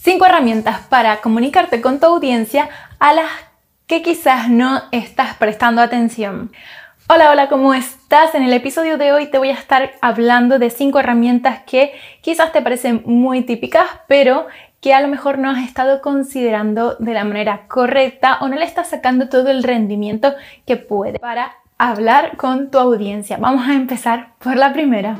5 herramientas para comunicarte con tu audiencia a las que quizás no estás prestando atención. Hola, ¿cómo estás? En el episodio de hoy te voy a estar hablando de 5 herramientas que quizás te parecen muy típicas, pero que a lo mejor no has estado considerando de la manera correcta o no le estás sacando todo el rendimiento que puede para hablar con tu audiencia. Vamos a empezar por la primera.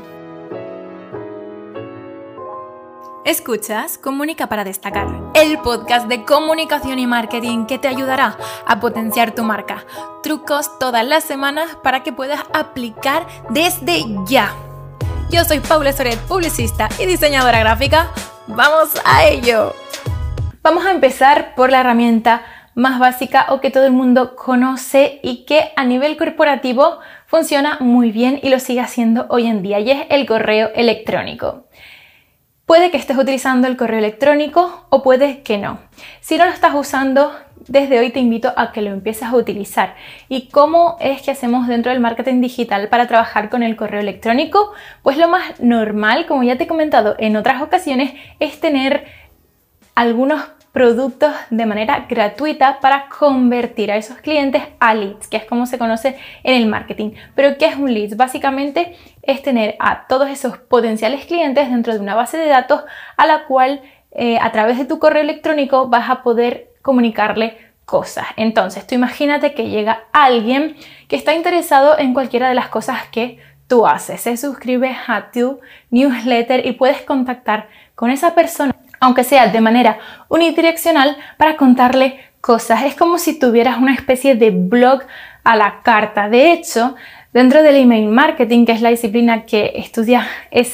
Escuchas Comunica para Destacar, el podcast de comunicación y marketing que te ayudará a potenciar tu marca. Trucos todas las semanas para que puedas aplicar desde ya. Yo soy Paula Soret, publicista y diseñadora gráfica. ¡Vamos a ello! Vamos a empezar por la herramienta más básica o que todo el mundo conoce y que a nivel corporativo funciona muy bien y lo sigue haciendo hoy en día, y es el correo electrónico. Puede que estés utilizando el correo electrónico o puede que no. Si no lo estás usando, desde hoy te invito a que lo empieces a utilizar. ¿Y cómo es que hacemos dentro del marketing digital para trabajar con el correo electrónico? Pues lo más normal, como ya te he comentado en otras ocasiones, es tener algunos productos de manera gratuita para convertir a esos clientes a leads, que es como se conoce en el marketing. ¿Pero qué es un lead? Básicamente es tener a todos esos potenciales clientes dentro de una base de datos a la cual a través de tu correo electrónico vas a poder comunicarle cosas. Entonces tú imagínate que llega alguien que está interesado en cualquiera de las cosas que tú haces, se suscribe a tu newsletter y puedes contactar con esa persona, aunque sea de manera unidireccional, para contarle cosas. Es como si tuvieras una especie de blog a la carta. De hecho, dentro del email marketing, que es la disciplina que estudia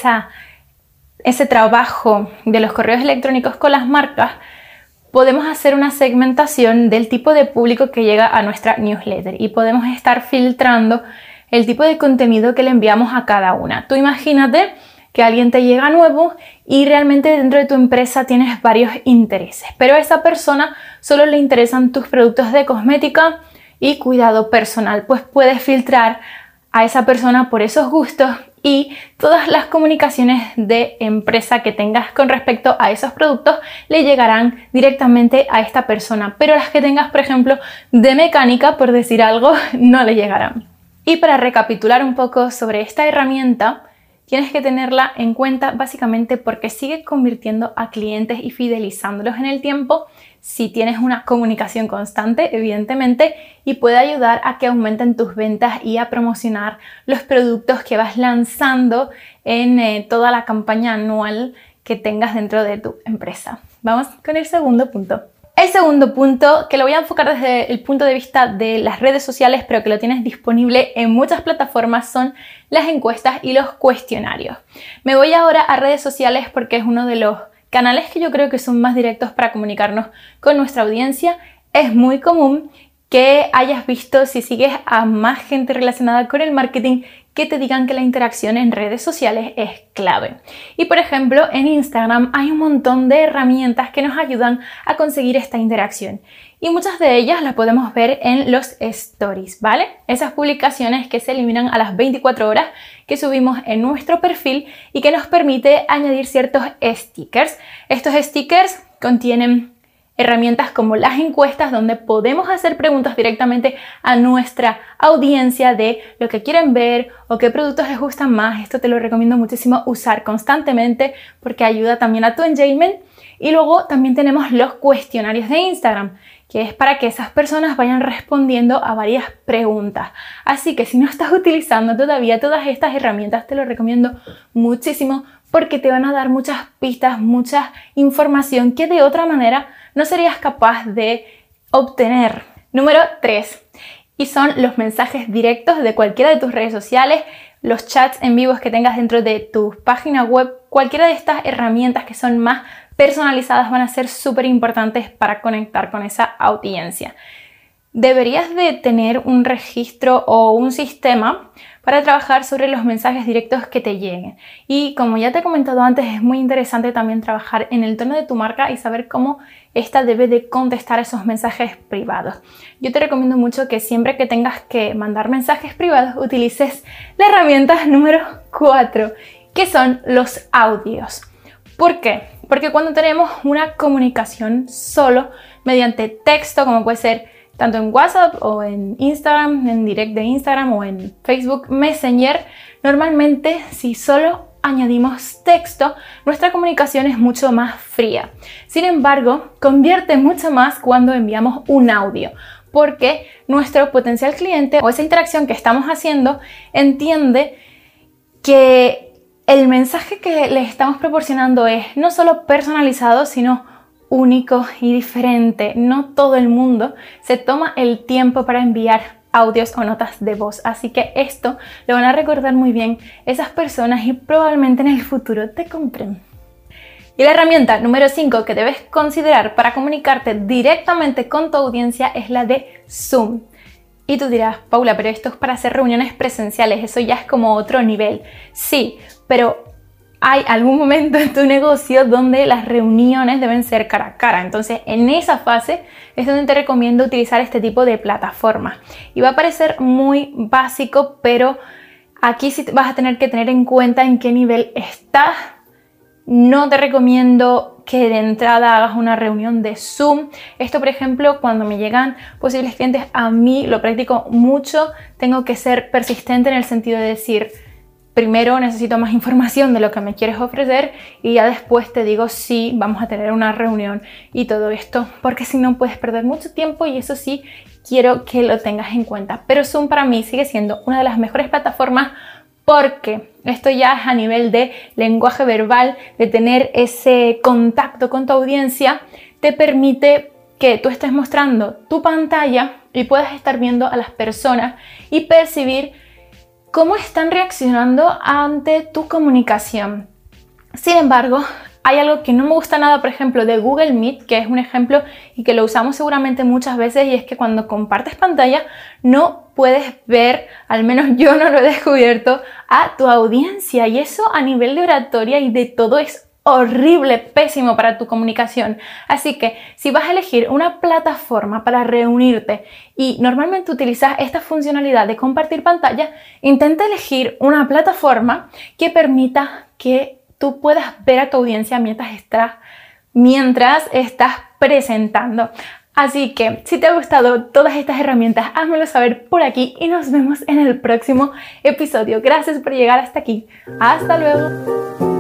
ese trabajo de los correos electrónicos con las marcas, podemos hacer una segmentación del tipo de público que llega a nuestra newsletter y podemos estar filtrando el tipo de contenido que le enviamos a cada una. Tú imagínate que alguien te llega nuevo y realmente dentro de tu empresa tienes varios intereses, pero a esa persona solo le interesan tus productos de cosmética y cuidado personal. Pues puedes filtrar a esa persona por esos gustos y todas las comunicaciones de empresa que tengas con respecto a esos productos le llegarán directamente a esta persona, pero las que tengas, por ejemplo, de mecánica, por decir algo, no le llegarán. Y para recapitular un poco sobre esta herramienta, tienes que tenerla en cuenta básicamente porque sigue convirtiendo a clientes y fidelizándolos en el tiempo si tienes una comunicación constante, evidentemente, y puede ayudar a que aumenten tus ventas y a promocionar los productos que vas lanzando en toda la campaña anual que tengas dentro de tu empresa. Vamos con el segundo punto. El segundo punto, que lo voy a enfocar desde el punto de vista de las redes sociales, pero que lo tienes disponible en muchas plataformas, son las encuestas y los cuestionarios. Me voy ahora a redes sociales porque es uno de los canales que yo creo que son más directos para comunicarnos con nuestra audiencia. Es muy común que hayas visto, si sigues a más gente relacionada con el marketing, que te digan que la interacción en redes sociales es clave. Y por ejemplo, en Instagram hay un montón de herramientas que nos ayudan a conseguir esta interacción. Y muchas de ellas las podemos ver en los stories, ¿vale? Esas publicaciones que se eliminan a las 24 horas que subimos en nuestro perfil y que nos permite añadir ciertos stickers. Estos stickers contienen herramientas como las encuestas, donde podemos hacer preguntas directamente a nuestra audiencia de lo que quieren ver o qué productos les gustan más. Esto te lo recomiendo muchísimo usar constantemente porque ayuda también a tu engagement. Y luego también tenemos los cuestionarios de Instagram, que es para que esas personas vayan respondiendo a varias preguntas. Así que si no estás utilizando todavía todas estas herramientas, te lo recomiendo muchísimo porque te van a dar muchas pistas, mucha información que de otra manera no serías capaz de obtener. Número 3. Y son los mensajes directos de cualquiera de tus redes sociales, los chats en vivos que tengas dentro de tu página web. Cualquiera de estas herramientas que son más personalizadas van a ser súper importantes para conectar con esa audiencia. Deberías de tener un registro o un sistema para trabajar sobre los mensajes directos que te lleguen. Y como ya te he comentado antes, es muy interesante también trabajar en el tono de tu marca y saber cómo ésta debe de contestar esos mensajes privados. Yo te recomiendo mucho que siempre que tengas que mandar mensajes privados utilices la herramienta número 4, que son los audios. ¿Por qué? Porque cuando tenemos una comunicación solo mediante texto, como puede ser tanto en WhatsApp o en Instagram, en direct de Instagram o en Facebook Messenger, normalmente si solo añadimos texto, nuestra comunicación es mucho más fría. Sin embargo, convierte mucho más cuando enviamos un audio, porque nuestro potencial cliente o esa interacción que estamos haciendo entiende que el mensaje que le estamos proporcionando es no solo personalizado, sino único y diferente. No todo el mundo se toma el tiempo para enviar audios o notas de voz, así que esto lo van a recordar muy bien esas personas y probablemente en el futuro te compren. Y la herramienta número 5 que debes considerar para comunicarte directamente con tu audiencia es la de Zoom. Y tú dirás, Paula, pero esto es para hacer reuniones presenciales, eso ya es como otro nivel. Sí, pero hay algún momento en tu negocio donde las reuniones deben ser cara a cara. Entonces, en esa fase es donde te recomiendo utilizar este tipo de plataforma. Y va a parecer muy básico, pero aquí sí vas a tener que tener en cuenta en qué nivel estás. No te recomiendo que de entrada hagas una reunión de Zoom. Esto, por ejemplo, cuando me llegan posibles clientes, a mí lo practico mucho. Tengo que ser persistente en el sentido de decir, primero necesito más información de lo que me quieres ofrecer y ya después te digo sí, vamos a tener una reunión y todo esto, porque si no puedes perder mucho tiempo y eso sí quiero que lo tengas en cuenta. Pero Zoom para mí sigue siendo una de las mejores plataformas porque esto ya es a nivel de lenguaje verbal, de tener ese contacto con tu audiencia, te permite que tú estés mostrando tu pantalla y puedas estar viendo a las personas y percibir cómo están reaccionando ante tu comunicación. Sin embargo, hay algo que no me gusta nada, por ejemplo, de Google Meet, que es un ejemplo y que lo usamos seguramente muchas veces, y es que cuando compartes pantalla no puedes ver, al menos yo no lo he descubierto, a tu audiencia, y eso a nivel de oratoria y de todo es horrible, pésimo para tu comunicación. Así que si vas a elegir una plataforma para reunirte y normalmente utilizas esta funcionalidad de compartir pantalla, intenta elegir una plataforma que permita que tú puedas ver a tu audiencia mientras estás presentando. Así que si te ha gustado todas estas herramientas, házmelo saber por aquí y nos vemos en el próximo episodio. Gracias por llegar hasta aquí. Hasta luego.